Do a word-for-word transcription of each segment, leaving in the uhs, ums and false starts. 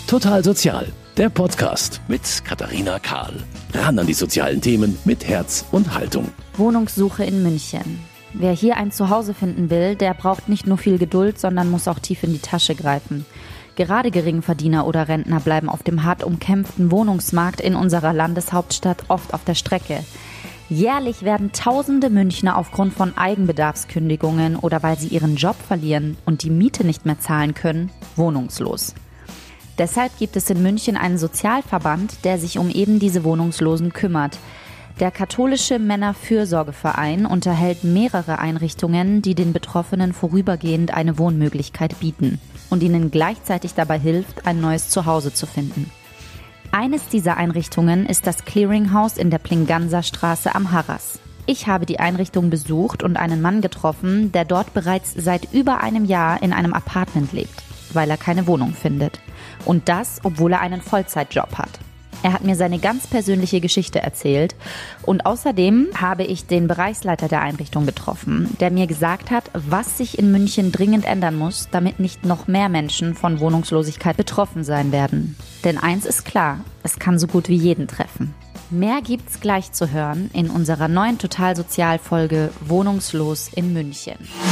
Total Sozial, der Podcast mit Katharina Kahl. Ran an die sozialen Themen mit Herz und Haltung. Wohnungssuche in München. Wer hier ein Zuhause finden will, der braucht nicht nur viel Geduld, sondern muss auch tief in die Tasche greifen. Gerade Geringverdiener oder Rentner bleiben auf dem hart umkämpften Wohnungsmarkt in unserer Landeshauptstadt oft auf der Strecke. Jährlich werden tausende Münchner aufgrund von Eigenbedarfskündigungen oder weil sie ihren Job verlieren und die Miete nicht mehr zahlen können, wohnungslos. Deshalb gibt es in München einen Sozialverband, der sich um eben diese Wohnungslosen kümmert. Der katholische Männerfürsorgeverein unterhält mehrere Einrichtungen, die den Betroffenen vorübergehend eine Wohnmöglichkeit bieten und ihnen gleichzeitig dabei hilft, ein neues Zuhause zu finden. Eines dieser Einrichtungen ist das Clearinghouse in der Plinganser-Straße am Harras. Ich habe die Einrichtung besucht und einen Mann getroffen, der dort bereits seit über einem Jahr in einem Apartment lebt, weil er keine Wohnung findet. Und das, obwohl er einen Vollzeitjob hat. Er hat mir seine ganz persönliche Geschichte erzählt und außerdem habe ich den Bereichsleiter der Einrichtung getroffen, der mir gesagt hat, was sich in München dringend ändern muss, damit nicht noch mehr Menschen von Wohnungslosigkeit betroffen sein werden. Denn eins ist klar, es kann so gut wie jeden treffen. Mehr gibt's gleich zu hören in unserer neuen Total-Sozial-Folge Wohnungslos in München.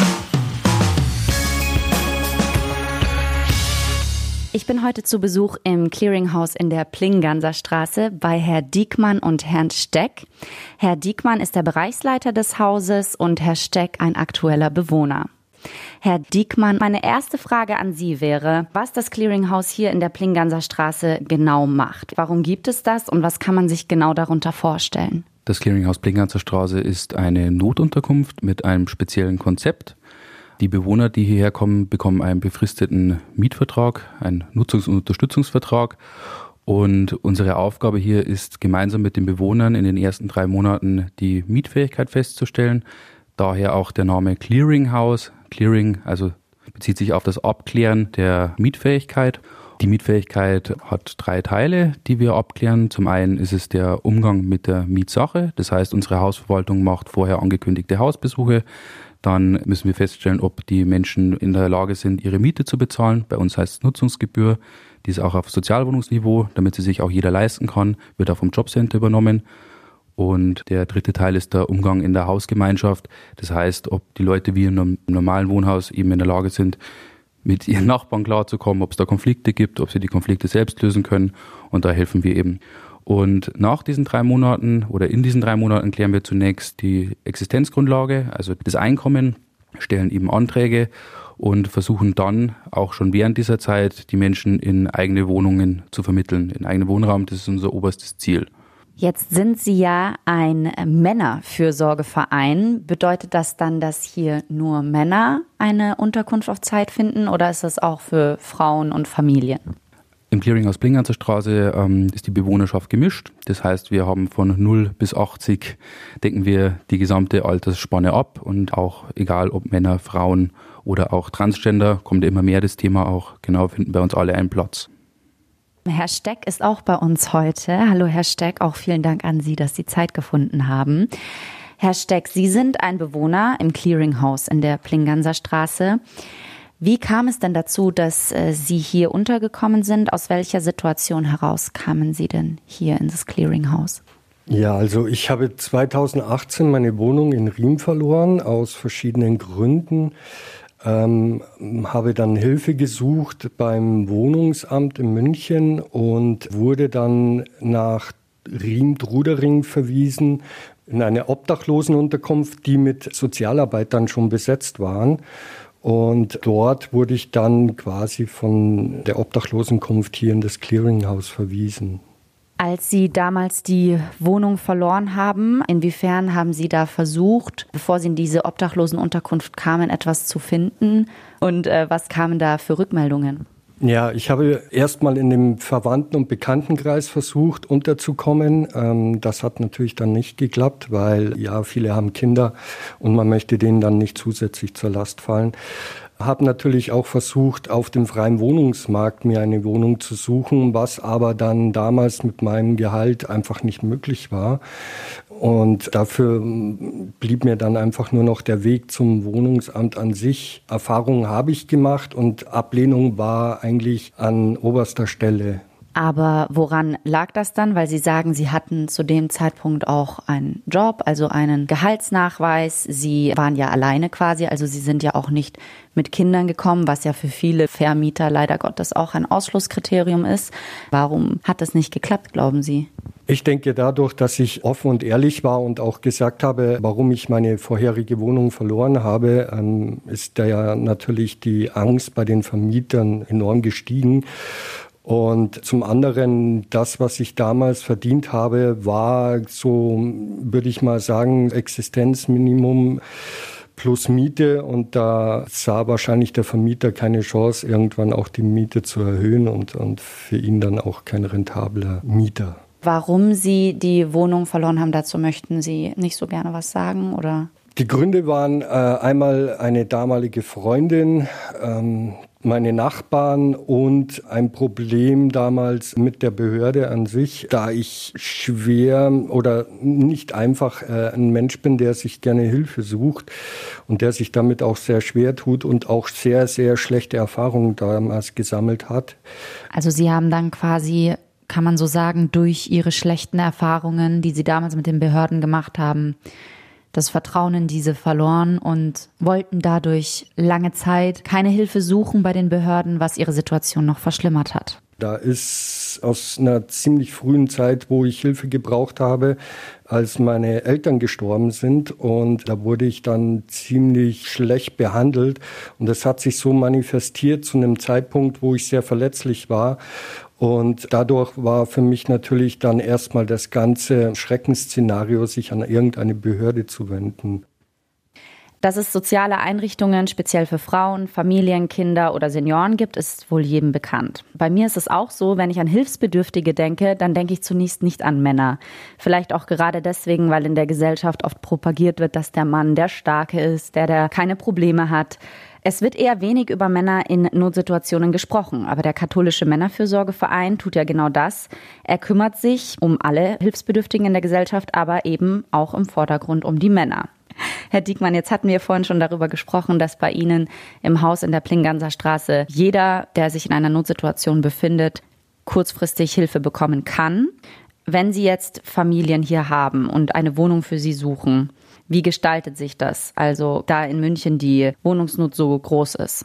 Ich bin heute zu Besuch im Clearinghouse in der Plinganser Straße bei Herr Diekmann und Herrn Steck. Herr Diekmann ist der Bereichsleiter des Hauses und Herr Steck ein aktueller Bewohner. Herr Diekmann, meine erste Frage an Sie wäre, was das Clearinghouse hier in der Plinganser Straße genau macht. Warum gibt es das und was kann man sich genau darunter vorstellen? Das Clearinghouse Plinganser Straße ist eine Notunterkunft mit einem speziellen Konzept. Die Bewohner, die hierher kommen, bekommen einen befristeten Mietvertrag, einen Nutzungs- und Unterstützungsvertrag. Und unsere Aufgabe hier ist, gemeinsam mit den Bewohnern in den ersten drei Monaten die Mietfähigkeit festzustellen. Daher auch der Name Clearinghouse. Clearing, also bezieht sich auf das Abklären der Mietfähigkeit. Die Mietfähigkeit hat drei Teile, die wir abklären. Zum einen ist es der Umgang mit der Mietsache. Das heißt, unsere Hausverwaltung macht vorher angekündigte Hausbesuche. Dann müssen wir feststellen, ob die Menschen in der Lage sind, ihre Miete zu bezahlen. Bei uns heißt es Nutzungsgebühr. Die ist auch auf Sozialwohnungsniveau, damit sie sich auch jeder leisten kann, wird auch vom Jobcenter übernommen. Und der dritte Teil ist der Umgang in der Hausgemeinschaft. Das heißt, ob die Leute wie in einem normalen Wohnhaus eben in der Lage sind, mit ihren Nachbarn klarzukommen, ob es da Konflikte gibt, ob sie die Konflikte selbst lösen können. Und da helfen wir eben. Und nach diesen drei Monaten oder in diesen drei Monaten klären wir zunächst die Existenzgrundlage, also das Einkommen, stellen eben Anträge und versuchen dann auch schon während dieser Zeit die Menschen in eigene Wohnungen zu vermitteln, in eigenen Wohnraum. Das ist unser oberstes Ziel. Jetzt sind Sie ja ein Männerfürsorgeverein. Bedeutet das dann, dass hier nur Männer eine Unterkunft auf Zeit finden oder ist das auch für Frauen und Familien? Im Clearinghouse Plinganser Straße ähm, ist die Bewohnerschaft gemischt. Das heißt, wir haben von null bis achtzig, decken wir die gesamte Altersspanne ab. Und auch egal ob Männer, Frauen oder auch Transgender, kommt immer mehr das Thema auch. Genau, finden bei uns alle einen Platz. Herr Steck ist auch bei uns heute. Hallo Herr Steck, auch vielen Dank an Sie, dass Sie Zeit gefunden haben. Herr Steck, Sie sind ein Bewohner im Clearinghouse in der Plinganser Straße. Wie kam es denn dazu, dass äh, Sie hier untergekommen sind? Aus welcher Situation heraus kamen Sie denn hier in das Clearinghouse? Ja, also ich habe zweitausendachtzehn meine Wohnung in Riem verloren, aus verschiedenen Gründen. Ähm, habe dann Hilfe gesucht beim Wohnungsamt in München und wurde dann nach Riem-Trudering verwiesen in eine Obdachlosenunterkunft, die mit Sozialarbeitern schon besetzt waren. Und dort wurde ich dann quasi von der Obdachlosenkunft hier in das Clearinghouse verwiesen. Als Sie damals die Wohnung verloren haben, inwiefern haben Sie da versucht, bevor Sie in diese Obdachlosenunterkunft kamen, etwas zu finden? Und äh, was kamen da für Rückmeldungen? Ja, ich habe erstmal in dem Verwandten- und Bekanntenkreis versucht, unterzukommen. Ähm, das hat natürlich dann nicht geklappt, weil ja viele haben Kinder und man möchte denen dann nicht zusätzlich zur Last fallen. Habe natürlich auch versucht, auf dem freien Wohnungsmarkt mir eine Wohnung zu suchen, was aber dann damals mit meinem Gehalt einfach nicht möglich war. Und dafür blieb mir dann einfach nur noch der Weg zum Wohnungsamt an sich. Erfahrungen habe ich gemacht und Ablehnung war eigentlich an oberster Stelle. Aber woran lag das dann? Weil Sie sagen, Sie hatten zu dem Zeitpunkt auch einen Job, also einen Gehaltsnachweis. Sie waren ja alleine quasi, also Sie sind ja auch nicht mit Kindern gekommen, was ja für viele Vermieter leider Gottes auch ein Ausschlusskriterium ist. Warum hat das nicht geklappt, glauben Sie? Ich denke, dadurch, dass ich offen und ehrlich war und auch gesagt habe, warum ich meine vorherige Wohnung verloren habe, ähm, ist da ja natürlich die Angst bei den Vermietern enorm gestiegen. Und zum anderen, das, was ich damals verdient habe, war so, würde ich mal sagen, Existenzminimum plus Miete. Und da sah wahrscheinlich der Vermieter keine Chance, irgendwann auch die Miete zu erhöhen und, und für ihn dann auch kein rentabler Mieter. Warum Sie die Wohnung verloren haben, dazu möchten Sie nicht so gerne was sagen, oder? Die Gründe waren äh, einmal eine damalige Freundin, ähm, meine Nachbarn und ein Problem damals mit der Behörde an sich, da ich schwer oder nicht einfach äh, ein Mensch bin, der sich gerne Hilfe sucht und der sich damit auch sehr schwer tut und auch sehr, sehr schlechte Erfahrungen damals gesammelt hat. Also Sie haben dann quasi, kann man so sagen, durch Ihre schlechten Erfahrungen, die Sie damals mit den Behörden gemacht haben, das Vertrauen in diese verloren und wollten dadurch lange Zeit keine Hilfe suchen bei den Behörden, was ihre Situation noch verschlimmert hat. Da ist aus einer ziemlich frühen Zeit, wo ich Hilfe gebraucht habe, als meine Eltern gestorben sind. Und da wurde ich dann ziemlich schlecht behandelt. Und das hat sich so manifestiert zu einem Zeitpunkt, wo ich sehr verletzlich war. Und dadurch war für mich natürlich dann erstmal das ganze Schreckensszenario, sich an irgendeine Behörde zu wenden. Dass es soziale Einrichtungen speziell für Frauen, Familien, Kinder oder Senioren gibt, ist wohl jedem bekannt. Bei mir ist es auch so, wenn ich an Hilfsbedürftige denke, dann denke ich zunächst nicht an Männer. Vielleicht auch gerade deswegen, weil in der Gesellschaft oft propagiert wird, dass der Mann der Starke ist, der, der keine Probleme hat. Es wird eher wenig über Männer in Notsituationen gesprochen, aber der katholische Männerfürsorgeverein tut ja genau das. Er kümmert sich um alle Hilfsbedürftigen in der Gesellschaft, aber eben auch im Vordergrund um die Männer. Herr Diekmann, jetzt hatten wir vorhin schon darüber gesprochen, dass bei Ihnen im Haus in der Plinganser Straße jeder, der sich in einer Notsituation befindet, kurzfristig Hilfe bekommen kann. Wenn Sie jetzt Familien hier haben und eine Wohnung für sie suchen, wie gestaltet sich das? Also da in München die Wohnungsnot so groß ist.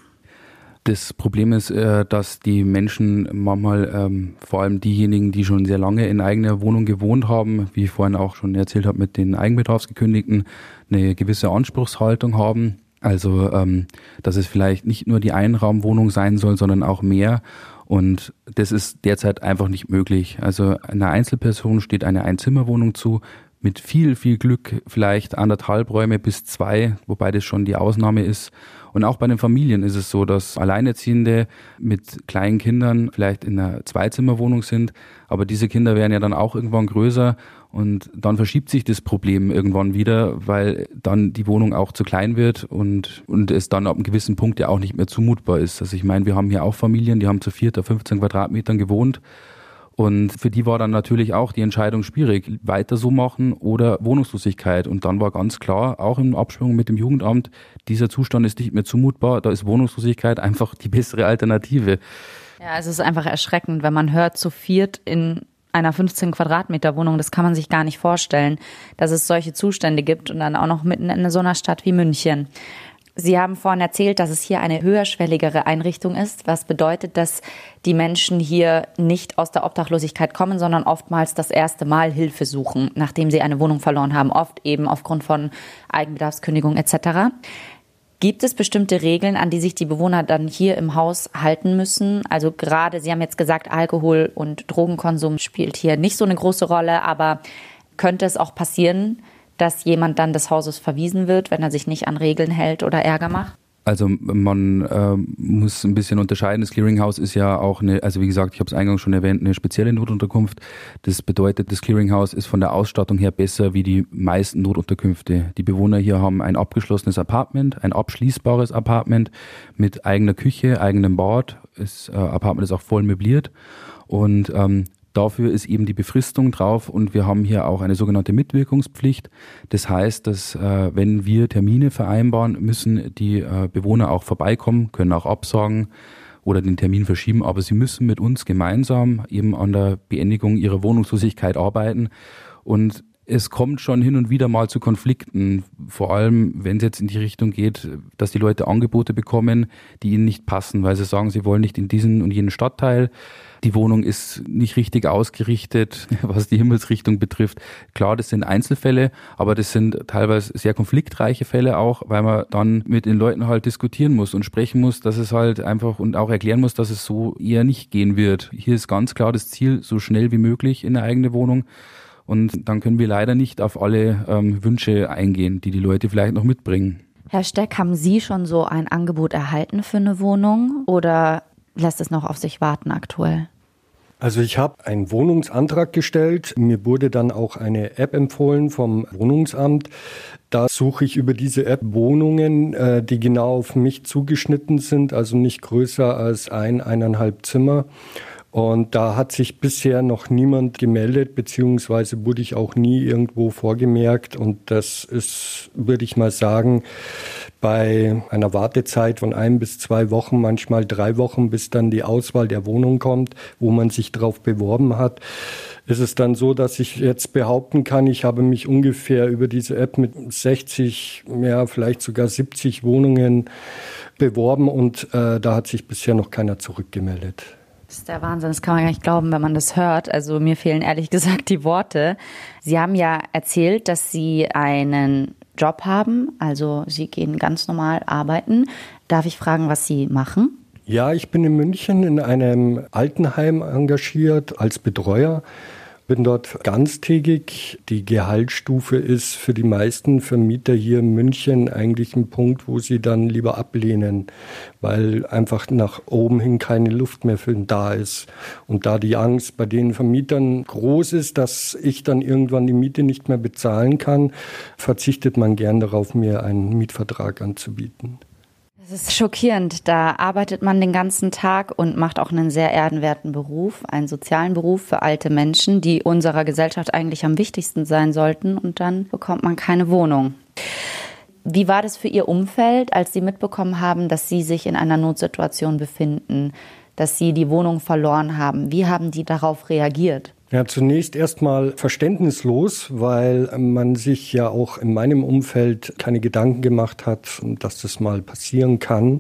Das Problem ist, dass die Menschen manchmal, ähm, vor allem diejenigen, die schon sehr lange in eigener Wohnung gewohnt haben, wie ich vorhin auch schon erzählt habe mit den Eigenbedarfsgekündigten, eine gewisse Anspruchshaltung haben. Also, ähm, dass es vielleicht nicht nur die Einraumwohnung sein soll, sondern auch mehr. Und das ist derzeit einfach nicht möglich. Also einer Einzelperson steht eine Einzimmerwohnung zu, mit viel, viel Glück vielleicht anderthalb Räume bis zwei, wobei das schon die Ausnahme ist. Und auch bei den Familien ist es so, dass Alleinerziehende mit kleinen Kindern vielleicht in einer Zweizimmerwohnung sind, aber diese Kinder werden ja dann auch irgendwann größer und dann verschiebt sich das Problem irgendwann wieder, weil dann die Wohnung auch zu klein wird und, und es dann ab einem gewissen Punkt ja auch nicht mehr zumutbar ist. Also ich meine, wir haben hier auch Familien, die haben zu viert auf fünfzehn Quadratmetern gewohnt. Und für die war dann natürlich auch die Entscheidung schwierig, weiter so machen oder Wohnungslosigkeit. Und dann war ganz klar, auch im Absprung mit dem Jugendamt, dieser Zustand ist nicht mehr zumutbar, da ist Wohnungslosigkeit einfach die bessere Alternative. Ja, es ist einfach erschreckend, wenn man hört, zu viert in einer fünfzehn Quadratmeter Wohnung, das kann man sich gar nicht vorstellen, dass es solche Zustände gibt und dann auch noch mitten in so einer Stadt wie München. Sie haben vorhin erzählt, dass es hier eine höherschwelligere Einrichtung ist, was bedeutet, dass die Menschen hier nicht aus der Obdachlosigkeit kommen, sondern oftmals das erste Mal Hilfe suchen, nachdem sie eine Wohnung verloren haben, oft eben aufgrund von Eigenbedarfskündigung et cetera. Gibt es bestimmte Regeln, an die sich die Bewohner dann hier im Haus halten müssen? Also gerade, Sie haben jetzt gesagt, Alkohol- und Drogenkonsum spielt hier nicht so eine große Rolle, aber könnte es auch passieren, dass jemand dann des Hauses verwiesen wird, wenn er sich nicht an Regeln hält oder Ärger macht? Also man äh, muss ein bisschen unterscheiden. Das Clearinghouse ist ja auch eine, also wie gesagt, ich habe es eingangs schon erwähnt, eine spezielle Notunterkunft. Das bedeutet, das Clearinghouse ist von der Ausstattung her besser wie die meisten Notunterkünfte. Die Bewohner hier haben ein abgeschlossenes Apartment, ein abschließbares Apartment mit eigener Küche, eigenem Bad. Das äh, Apartment ist auch voll möbliert und ähm, Dafür ist eben die Befristung drauf und wir haben hier auch eine sogenannte Mitwirkungspflicht. Das heißt, dass äh, wenn wir Termine vereinbaren, müssen die äh, Bewohner auch vorbeikommen, können auch absagen oder den Termin verschieben, aber sie müssen mit uns gemeinsam eben an der Beendigung ihrer Wohnungslosigkeit arbeiten. Und es kommt schon hin und wieder mal zu Konflikten, vor allem wenn es jetzt in die Richtung geht, dass die Leute Angebote bekommen, die ihnen nicht passen, weil sie sagen, sie wollen nicht in diesen und jenen Stadtteil. Die Wohnung ist nicht richtig ausgerichtet, was die Himmelsrichtung betrifft. Klar, das sind Einzelfälle, aber das sind teilweise sehr konfliktreiche Fälle auch, weil man dann mit den Leuten halt diskutieren muss und sprechen muss, dass es halt einfach und auch erklären muss, dass es so eher nicht gehen wird. Hier ist ganz klar das Ziel, so schnell wie möglich in eine eigene Wohnung. Und dann können wir leider nicht auf alle ähm, Wünsche eingehen, die die Leute vielleicht noch mitbringen. Herr Steck, haben Sie schon so ein Angebot erhalten für eine Wohnung oder lässt es noch auf sich warten aktuell? Also ich habe einen Wohnungsantrag gestellt. Mir wurde dann auch eine App empfohlen vom Wohnungsamt. Da suche ich über diese App Wohnungen, die genau auf mich zugeschnitten sind, also nicht größer als ein, eineinhalb Zimmer. Und da hat sich bisher noch niemand gemeldet, beziehungsweise wurde ich auch nie irgendwo vorgemerkt. Und das ist, würde ich mal sagen, bei einer Wartezeit von ein bis zwei Wochen, manchmal drei Wochen, bis dann die Auswahl der Wohnung kommt, wo man sich drauf beworben hat, ist es dann so, dass ich jetzt behaupten kann, ich habe mich ungefähr über diese App mit sechzig, ja, vielleicht sogar siebzig Wohnungen beworben und äh, da hat sich bisher noch keiner zurückgemeldet. Das ist der Wahnsinn, das kann man gar nicht glauben, wenn man das hört. Also mir fehlen ehrlich gesagt die Worte. Sie haben ja erzählt, dass Sie einen Job haben, also Sie gehen ganz normal arbeiten. Darf ich fragen, was Sie machen? Ja, ich bin in München in einem Altenheim engagiert als Betreuer. Bin dort ganztägig. Die Gehaltsstufe ist für die meisten Vermieter hier in München eigentlich ein Punkt, wo sie dann lieber ablehnen, weil einfach nach oben hin keine Luft mehr für ihn da ist. Und da die Angst bei den Vermietern groß ist, dass ich dann irgendwann die Miete nicht mehr bezahlen kann, verzichtet man gern darauf, mir einen Mietvertrag anzubieten. Das ist schockierend. Da arbeitet man den ganzen Tag und macht auch einen sehr ehrenwerten Beruf, einen sozialen Beruf für alte Menschen, die unserer Gesellschaft eigentlich am wichtigsten sein sollten. Und dann bekommt man keine Wohnung. Wie war das für Ihr Umfeld, als Sie mitbekommen haben, dass Sie sich in einer Notsituation befinden, dass Sie die Wohnung verloren haben? Wie haben die darauf reagiert? Ja, zunächst erstmal verständnislos, weil man sich ja auch in meinem Umfeld keine Gedanken gemacht hat, dass das mal passieren kann.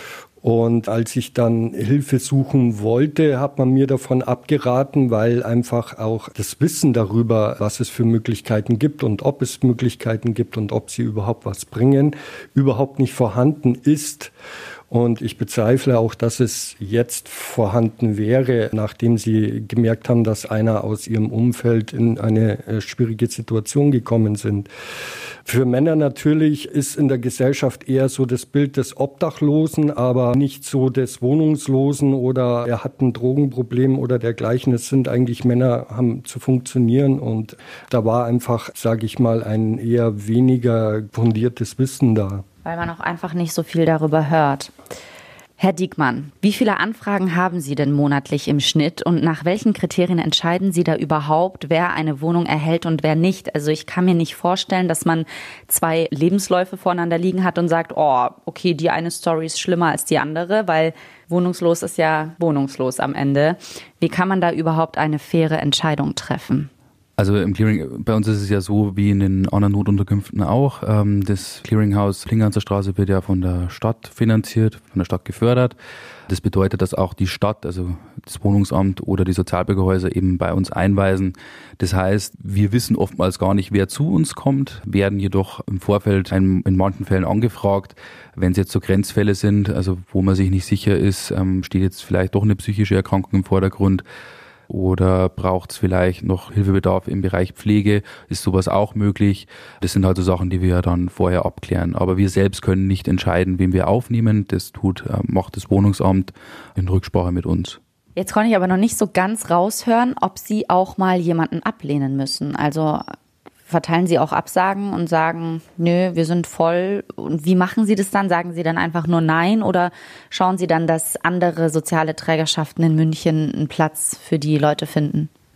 Und als ich dann Hilfe suchen wollte, hat man mir davon abgeraten, weil einfach auch das Wissen darüber, was es für Möglichkeiten gibt und ob es Möglichkeiten gibt und ob sie überhaupt was bringen, überhaupt nicht vorhanden ist. Und ich bezweifle auch, dass es jetzt vorhanden wäre, nachdem sie gemerkt haben, dass einer aus ihrem Umfeld in eine schwierige Situation gekommen sind. Für Männer natürlich ist in der Gesellschaft eher so das Bild des Obdachlosen, aber nicht so des Wohnungslosen oder er hat ein Drogenproblem oder dergleichen. Es sind eigentlich Männer, haben zu funktionieren und da war einfach, sage ich mal, ein eher weniger fundiertes Wissen da. Weil man auch einfach nicht so viel darüber hört. Herr Diekmann, wie viele Anfragen haben Sie denn monatlich im Schnitt und nach welchen Kriterien entscheiden Sie da überhaupt, wer eine Wohnung erhält und wer nicht? Also ich kann mir nicht vorstellen, dass man zwei Lebensläufe voneinander liegen hat und sagt, oh, okay, die eine Story ist schlimmer als die andere, weil wohnungslos ist ja wohnungslos am Ende. Wie kann man da überhaupt eine faire Entscheidung treffen? Also im Clearing, bei uns ist es ja so wie in den anderen Notunterkünften auch. Das Clearinghaus Klinganzer Straße wird ja von der Stadt finanziert, von der Stadt gefördert. Das bedeutet, dass auch die Stadt, also das Wohnungsamt oder die Sozialbürgerhäuser eben bei uns einweisen. Das heißt, wir wissen oftmals gar nicht, wer zu uns kommt, werden jedoch im Vorfeld in manchen Fällen angefragt. Wenn es jetzt so Grenzfälle sind, also wo man sich nicht sicher ist, steht jetzt vielleicht doch eine psychische Erkrankung im Vordergrund. Oder braucht es vielleicht noch Hilfebedarf im Bereich Pflege? Ist sowas auch möglich? Das sind halt so Sachen, die wir ja dann vorher abklären. Aber wir selbst können nicht entscheiden, wen wir aufnehmen. Das tut, macht das Wohnungsamt in Rücksprache mit uns. Jetzt konnte ich aber noch nicht so ganz raushören, ob Sie auch mal jemanden ablehnen müssen. Also verteilen Sie auch Absagen und sagen, nö, wir sind voll. Und wie machen Sie das dann? Sagen Sie dann einfach nur nein oder schauen Sie dann, dass andere soziale Trägerschaften in München einen Platz für die Leute finden?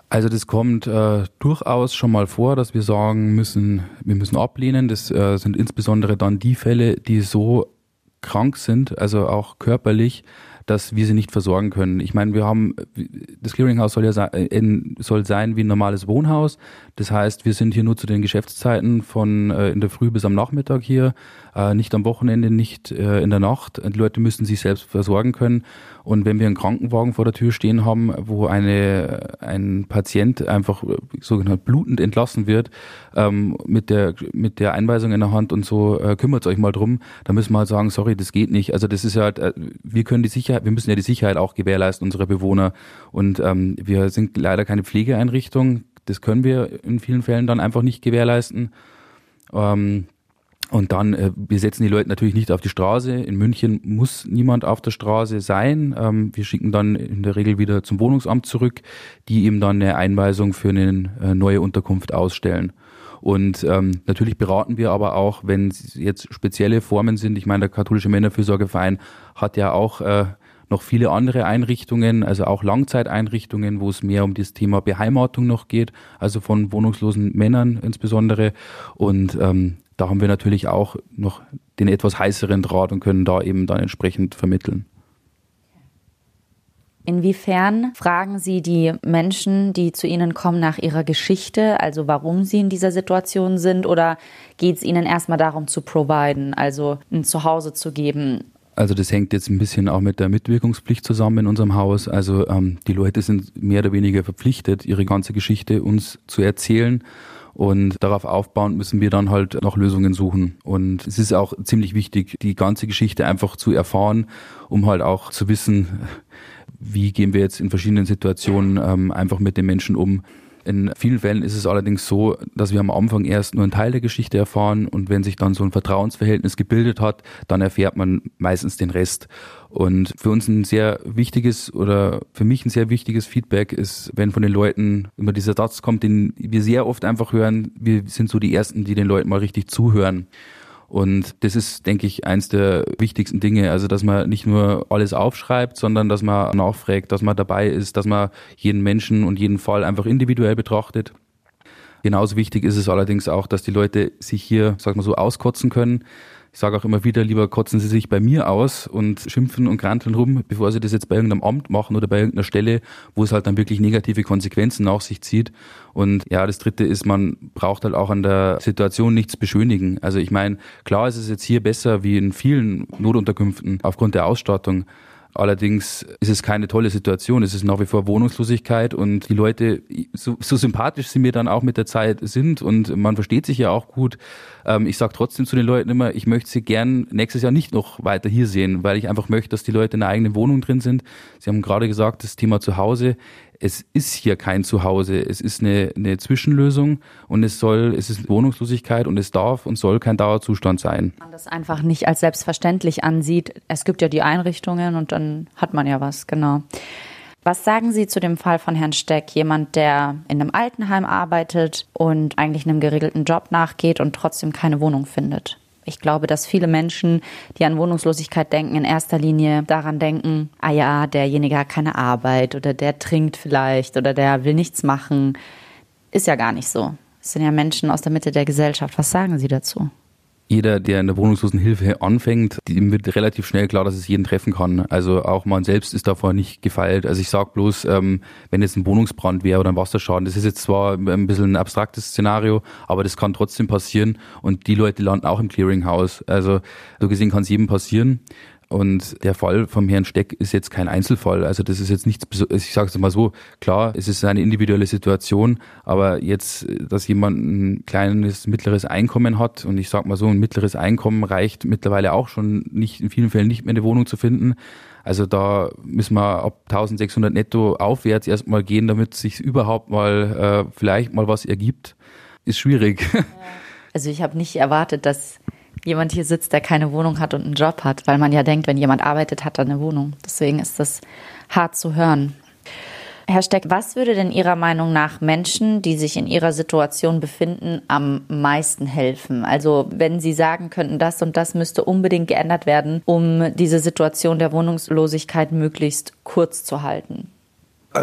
Also das kommt äh, durchaus schon mal vor, dass wir sagen müssen, wir müssen ablehnen. Das äh, sind insbesondere dann die Fälle, die so krank sind, also auch körperlich, dass wir sie nicht versorgen können. Ich meine, wir haben, das Clearinghouse soll ja sein, soll sein wie ein normales Wohnhaus. Das heißt, wir sind hier nur zu den Geschäftszeiten von äh, in der Früh bis am Nachmittag hier, äh, nicht am Wochenende, nicht äh, in der Nacht. Die Leute müssen sich selbst versorgen können. Und wenn wir einen Krankenwagen vor der Tür stehen haben, wo eine ein Patient einfach sogenannt blutend entlassen wird, ähm, mit der mit der Einweisung in der Hand und so, äh, kümmert euch mal drum, dann müssen wir halt sagen, sorry, das geht nicht. Also das ist ja halt, äh, wir können die Sicherheit, wir müssen ja die Sicherheit auch gewährleisten unserer Bewohner. Und ähm, wir sind leider keine Pflegeeinrichtung. Das können wir in vielen Fällen dann einfach nicht gewährleisten. Ähm, Und dann, äh, wir setzen die Leute natürlich nicht auf die Straße. In München muss niemand auf der Straße sein. Ähm, wir schicken dann in der Regel wieder zum Wohnungsamt zurück, die eben dann eine Einweisung für eine äh, neue Unterkunft ausstellen. Und ähm, natürlich beraten wir aber auch, wenn es jetzt spezielle Formen sind. Ich meine, der katholische Männerfürsorgeverein hat ja auch äh, noch viele andere Einrichtungen, also auch Langzeiteinrichtungen, wo es mehr um das Thema Beheimatung noch geht, also von wohnungslosen Männern insbesondere. Und ähm, da haben wir natürlich auch noch den etwas heißeren Draht und können da eben dann entsprechend vermitteln. Inwiefern fragen Sie die Menschen, die zu Ihnen kommen, nach ihrer Geschichte, also warum sie in dieser Situation sind, oder geht es Ihnen erstmal darum zu providen, also ein Zuhause zu geben? Also das hängt jetzt ein bisschen auch mit der Mitwirkungspflicht zusammen in unserem Haus. Also ähm, die Leute sind mehr oder weniger verpflichtet, ihre ganze Geschichte uns zu erzählen. Und darauf aufbauend müssen wir dann halt nach Lösungen suchen. Und es ist auch ziemlich wichtig, die ganze Geschichte einfach zu erfahren, um halt auch zu wissen, wie gehen wir jetzt in verschiedenen Situationen ähm, einfach mit den Menschen um. In vielen Fällen ist es allerdings so, dass wir am Anfang erst nur einen Teil der Geschichte erfahren, und wenn sich dann so ein Vertrauensverhältnis gebildet hat, dann erfährt man meistens den Rest. Und für uns ein sehr wichtiges oder für mich ein sehr wichtiges Feedback ist, wenn von den Leuten immer dieser Satz kommt, den wir sehr oft einfach hören: Wir sind so die Ersten, die den Leuten mal richtig zuhören. Und das ist, denke ich, eins der wichtigsten Dinge. Also, dass man nicht nur alles aufschreibt, sondern dass man nachfragt, dass man dabei ist, dass man jeden Menschen und jeden Fall einfach individuell betrachtet. Genauso wichtig ist es allerdings auch, dass die Leute sich hier, sag mal so, auskotzen können. Ich sage auch immer wieder, lieber kotzen Sie sich bei mir aus und schimpfen und granteln rum, bevor Sie das jetzt bei irgendeinem Amt machen oder bei irgendeiner Stelle, wo es halt dann wirklich negative Konsequenzen nach sich zieht. Und ja, das Dritte ist, man braucht halt auch an der Situation nichts beschönigen. Also ich meine, klar ist es jetzt hier besser wie in vielen Notunterkünften aufgrund der Ausstattung. Allerdings ist es keine tolle Situation. Es ist nach wie vor Wohnungslosigkeit, und die Leute, so, so sympathisch sie mir dann auch mit der Zeit sind, und man versteht sich ja auch gut. Ähm, ich sage trotzdem zu den Leuten immer, ich möchte sie gern nächstes Jahr nicht noch weiter hier sehen, weil ich einfach möchte, dass die Leute in einer eigenen Wohnung drin sind. Sie haben gerade gesagt, das Thema Zuhause. Es ist hier kein Zuhause, es ist eine, eine Zwischenlösung, und es soll, es ist Wohnungslosigkeit, und es darf und soll kein Dauerzustand sein. Man das einfach nicht als selbstverständlich ansieht. Es gibt ja die Einrichtungen, und dann hat man ja was, genau. Was sagen Sie zu dem Fall von Herrn Steck, jemand, der in einem Altenheim arbeitet und eigentlich einem geregelten Job nachgeht und trotzdem keine Wohnung findet? Ich glaube, dass viele Menschen, die an Wohnungslosigkeit denken, in erster Linie daran denken, ah ja, derjenige hat keine Arbeit oder der trinkt vielleicht oder der will nichts machen. Ist ja gar nicht so. Es sind ja Menschen aus der Mitte der Gesellschaft. Was sagen Sie dazu? Jeder, der in der Wohnungslosenhilfe anfängt, dem wird relativ schnell klar, dass es jeden treffen kann. Also auch man selbst ist davor nicht gefeilt. Also ich sage bloß, ähm, wenn jetzt ein Wohnungsbrand wäre oder ein Wasserschaden, das ist jetzt zwar ein bisschen ein abstraktes Szenario, aber das kann trotzdem passieren, und die Leute landen auch im Clearinghouse. Also so gesehen kann es jedem passieren. Und der Fall vom Herrn Steck ist jetzt kein Einzelfall. Also das ist jetzt nichts, ich sage es mal so, klar, es ist eine individuelle Situation, aber jetzt, dass jemand ein kleines, mittleres Einkommen hat, und ich sage mal so, ein mittleres Einkommen reicht mittlerweile auch schon nicht, in vielen Fällen nicht mehr eine Wohnung zu finden. Also da müssen wir ab eintausendsechshundert netto aufwärts erstmal gehen, damit es sich überhaupt mal, äh, vielleicht mal was ergibt. Ist schwierig. Also ich habe nicht erwartet, dass jemand hier sitzt, der keine Wohnung hat und einen Job hat, weil man ja denkt, wenn jemand arbeitet, hat er eine Wohnung. Deswegen ist das hart zu hören. Herr Steck, was würde denn Ihrer Meinung nach Menschen, die sich in Ihrer Situation befinden, am meisten helfen? Also wenn Sie sagen könnten, das und das müsste unbedingt geändert werden, um diese Situation der Wohnungslosigkeit möglichst kurz zu halten. Also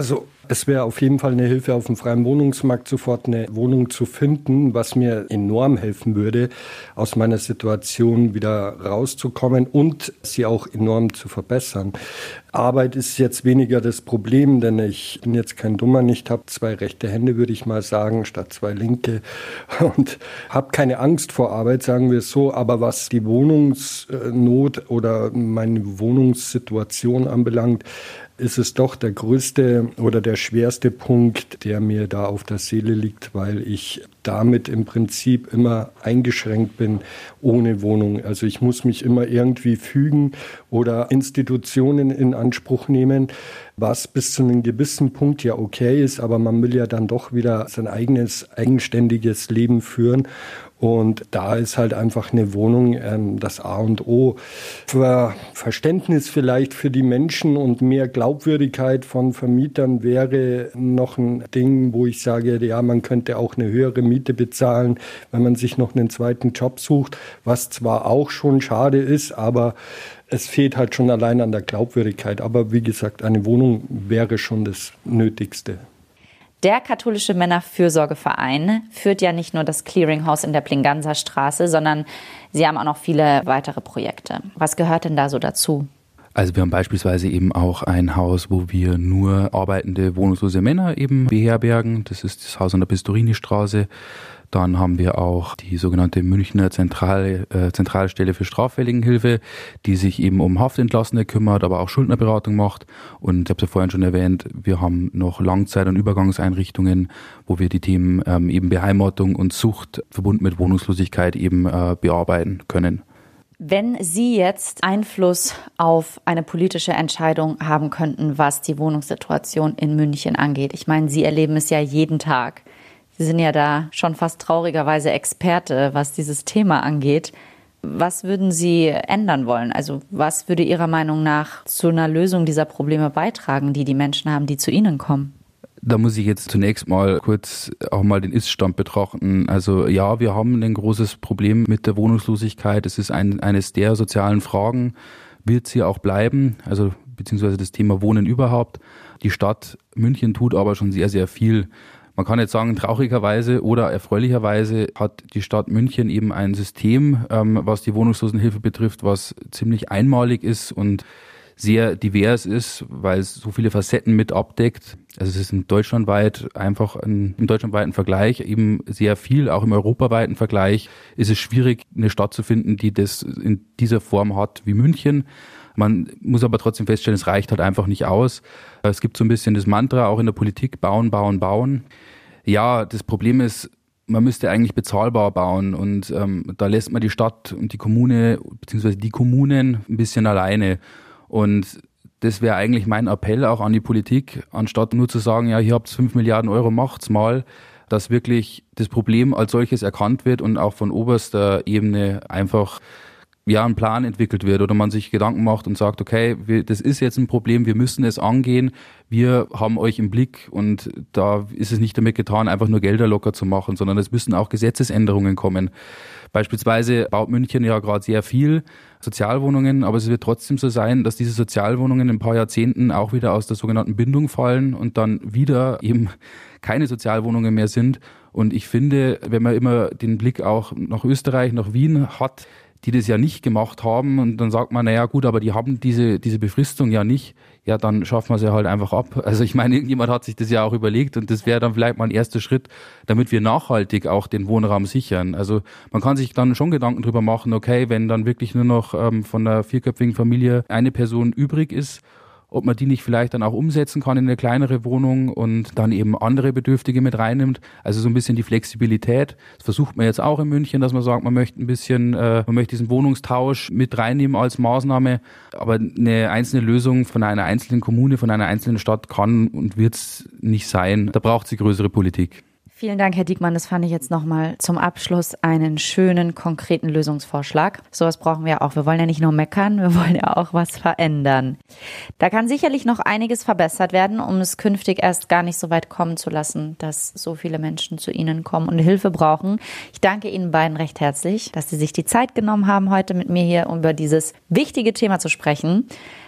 Es wäre auf jeden Fall eine Hilfe auf dem freien Wohnungsmarkt, sofort eine Wohnung zu finden, was mir enorm helfen würde, aus meiner Situation wieder rauszukommen und sie auch enorm zu verbessern. Arbeit ist jetzt weniger das Problem, denn ich bin jetzt kein Dummer, ich habe zwei rechte Hände, würde ich mal sagen, statt zwei linke und habe keine Angst vor Arbeit, sagen wir es so. Aber was die Wohnungsnot oder meine Wohnungssituation anbelangt, ist es doch der größte oder der schwerste Punkt, der mir da auf der Seele liegt, weil ich damit im Prinzip immer eingeschränkt bin ohne Wohnung. Also ich muss mich immer irgendwie fügen oder Institutionen in Anspruch nehmen, was bis zu einem gewissen Punkt ja okay ist, aber man will ja dann doch wieder sein eigenes, eigenständiges Leben führen. Und da ist halt einfach eine Wohnung ähm, das A und O. Für Verständnis vielleicht für die Menschen und mehr Glaubwürdigkeit von Vermietern wäre noch ein Ding, wo ich sage, ja, man könnte auch eine höhere Miete bezahlen, wenn man sich noch einen zweiten Job sucht, was zwar auch schon schade ist, aber es fehlt halt schon allein an der Glaubwürdigkeit. Aber wie gesagt, eine Wohnung wäre schon das Nötigste. Der katholische Männerfürsorgeverein führt ja nicht nur das Clearinghouse in der Plinganser Straße, sondern sie haben auch noch viele weitere Projekte. Was gehört denn da so dazu? Also wir haben beispielsweise eben auch ein Haus, wo wir nur arbeitende wohnungslose Männer eben beherbergen. Das ist das Haus an der Pistorini-Straße. Dann haben wir auch die sogenannte Münchner Zentrale, äh, Zentralstelle für Straffälligenhilfe, die sich eben um Haftentlassene kümmert, aber auch Schuldnerberatung macht. Und ich habe es ja vorhin schon erwähnt, wir haben noch Langzeit- und Übergangseinrichtungen, wo wir die Themen ähm, eben Beheimatung und Sucht verbunden mit Wohnungslosigkeit eben äh, bearbeiten können. Wenn Sie jetzt Einfluss auf eine politische Entscheidung haben könnten, was die Wohnungssituation in München angeht, ich meine, Sie erleben es ja jeden Tag. Sie sind ja da schon fast traurigerweise Experte, was dieses Thema angeht. Was würden Sie ändern wollen? Also was würde Ihrer Meinung nach zu einer Lösung dieser Probleme beitragen, die die Menschen haben, die zu Ihnen kommen? Da muss ich jetzt zunächst mal kurz auch mal den Ist-Stand betrachten. Also ja, wir haben ein großes Problem mit der Wohnungslosigkeit. Es ist ein, eines der sozialen Fragen, wird sie auch bleiben, also beziehungsweise das Thema Wohnen überhaupt. Die Stadt München tut aber schon sehr, sehr viel. Man kann jetzt sagen, traurigerweise oder erfreulicherweise hat die Stadt München eben ein System, ähm, was die Wohnungslosenhilfe betrifft, was ziemlich einmalig ist und sehr divers ist, weil es so viele Facetten mit abdeckt. Also es ist in deutschlandweit einfach ein, im deutschlandweiten Vergleich eben sehr viel, auch im europaweiten Vergleich ist es schwierig, eine Stadt zu finden, die das in dieser Form hat wie München. Man muss aber trotzdem feststellen, es reicht halt einfach nicht aus. Es gibt so ein bisschen das Mantra auch in der Politik, bauen, bauen, bauen. Ja, das Problem ist, man müsste eigentlich bezahlbar bauen und ähm, da lässt man die Stadt und die Kommune beziehungsweise die Kommunen ein bisschen alleine. Und das wäre eigentlich mein Appell auch an die Politik, anstatt nur zu sagen, ja, hier habt ihr fünf Milliarden Euro, macht's mal, dass wirklich das Problem als solches erkannt wird und auch von oberster Ebene einfach ja ein Plan entwickelt wird oder man sich Gedanken macht und sagt, okay, wir, das ist jetzt ein Problem, wir müssen es angehen, wir haben euch im Blick und da ist es nicht damit getan, einfach nur Gelder locker zu machen, sondern es müssen auch Gesetzesänderungen kommen. Beispielsweise baut München ja gerade sehr viel Sozialwohnungen, aber es wird trotzdem so sein, dass diese Sozialwohnungen in ein paar Jahrzehnten auch wieder aus der sogenannten Bindung fallen und dann wieder eben keine Sozialwohnungen mehr sind. Und ich finde, wenn man immer den Blick auch nach Österreich, nach Wien hat, die das ja nicht gemacht haben und dann sagt man, naja gut, aber die haben diese diese Befristung ja nicht, ja dann schaffen wir es ja halt einfach ab. Also ich meine, irgendjemand hat sich das ja auch überlegt und das wäre dann vielleicht mal ein erster Schritt, damit wir nachhaltig auch den Wohnraum sichern. Also man kann sich dann schon Gedanken drüber machen, okay, wenn dann wirklich nur noch ähm, von einer vierköpfigen Familie eine Person übrig ist, ob man die nicht vielleicht dann auch umsetzen kann in eine kleinere Wohnung und dann eben andere Bedürftige mit reinnimmt. Also so ein bisschen die Flexibilität. Das versucht man jetzt auch in München, dass man sagt, man möchte ein bisschen, äh, man möchte diesen Wohnungstausch mit reinnehmen als Maßnahme. Aber eine einzelne Lösung von einer einzelnen Kommune, von einer einzelnen Stadt kann und wird es nicht sein. Da braucht es die größere Politik. Vielen Dank, Herr Diekmann. Das fand ich jetzt nochmal zum Abschluss einen schönen, konkreten Lösungsvorschlag. Sowas brauchen wir auch. Wir wollen ja nicht nur meckern, wir wollen ja auch was verändern. Da kann sicherlich noch einiges verbessert werden, um es künftig erst gar nicht so weit kommen zu lassen, dass so viele Menschen zu Ihnen kommen und Hilfe brauchen. Ich danke Ihnen beiden recht herzlich, dass Sie sich die Zeit genommen haben, heute mit mir hier über dieses wichtige Thema zu sprechen.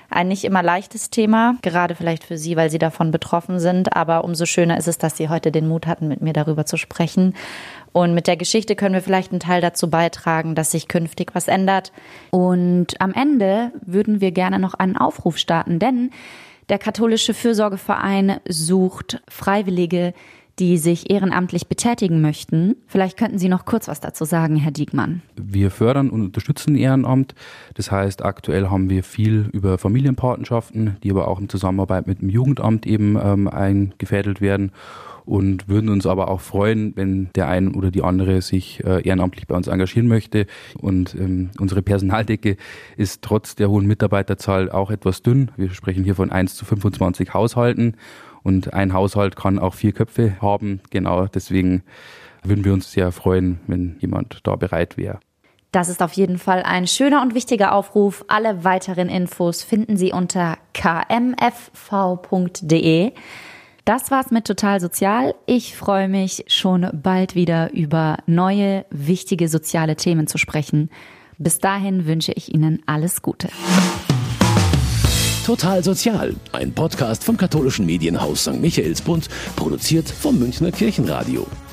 Ein nicht immer leichtes Thema, gerade vielleicht für Sie, weil Sie davon betroffen sind. Aber umso schöner ist es, dass Sie heute den Mut hatten, mit mir darüber zu sprechen. Und mit der Geschichte können wir vielleicht einen Teil dazu beitragen, dass sich künftig was ändert. Und am Ende würden wir gerne noch einen Aufruf starten, denn der Katholische Fürsorgeverein sucht Freiwillige, die sich ehrenamtlich betätigen möchten. Vielleicht könnten Sie noch kurz was dazu sagen, Herr Diekmann. Wir fördern und unterstützen Ehrenamt. Das heißt, aktuell haben wir viel über Familienpatenschaften, die aber auch in Zusammenarbeit mit dem Jugendamt eben ähm, eingefädelt werden. Und würden uns aber auch freuen, wenn der eine oder die andere sich äh, ehrenamtlich bei uns engagieren möchte. Und ähm, unsere Personaldecke ist trotz der hohen Mitarbeiterzahl auch etwas dünn. Wir sprechen hier von eins zu fünfundzwanzig Haushalten. Und ein Haushalt kann auch vier Köpfe haben. Genau deswegen würden wir uns sehr freuen, wenn jemand da bereit wäre. Das ist auf jeden Fall ein schöner und wichtiger Aufruf. Alle weiteren Infos finden Sie unter k m f v punkt d e. Das war's mit Total Sozial. Ich freue mich, schon bald wieder über neue, wichtige soziale Themen zu sprechen. Bis dahin wünsche ich Ihnen alles Gute. Total Sozial, ein Podcast vom katholischen Medienhaus Sankt Michaelsbund, produziert vom Münchner Kirchenradio.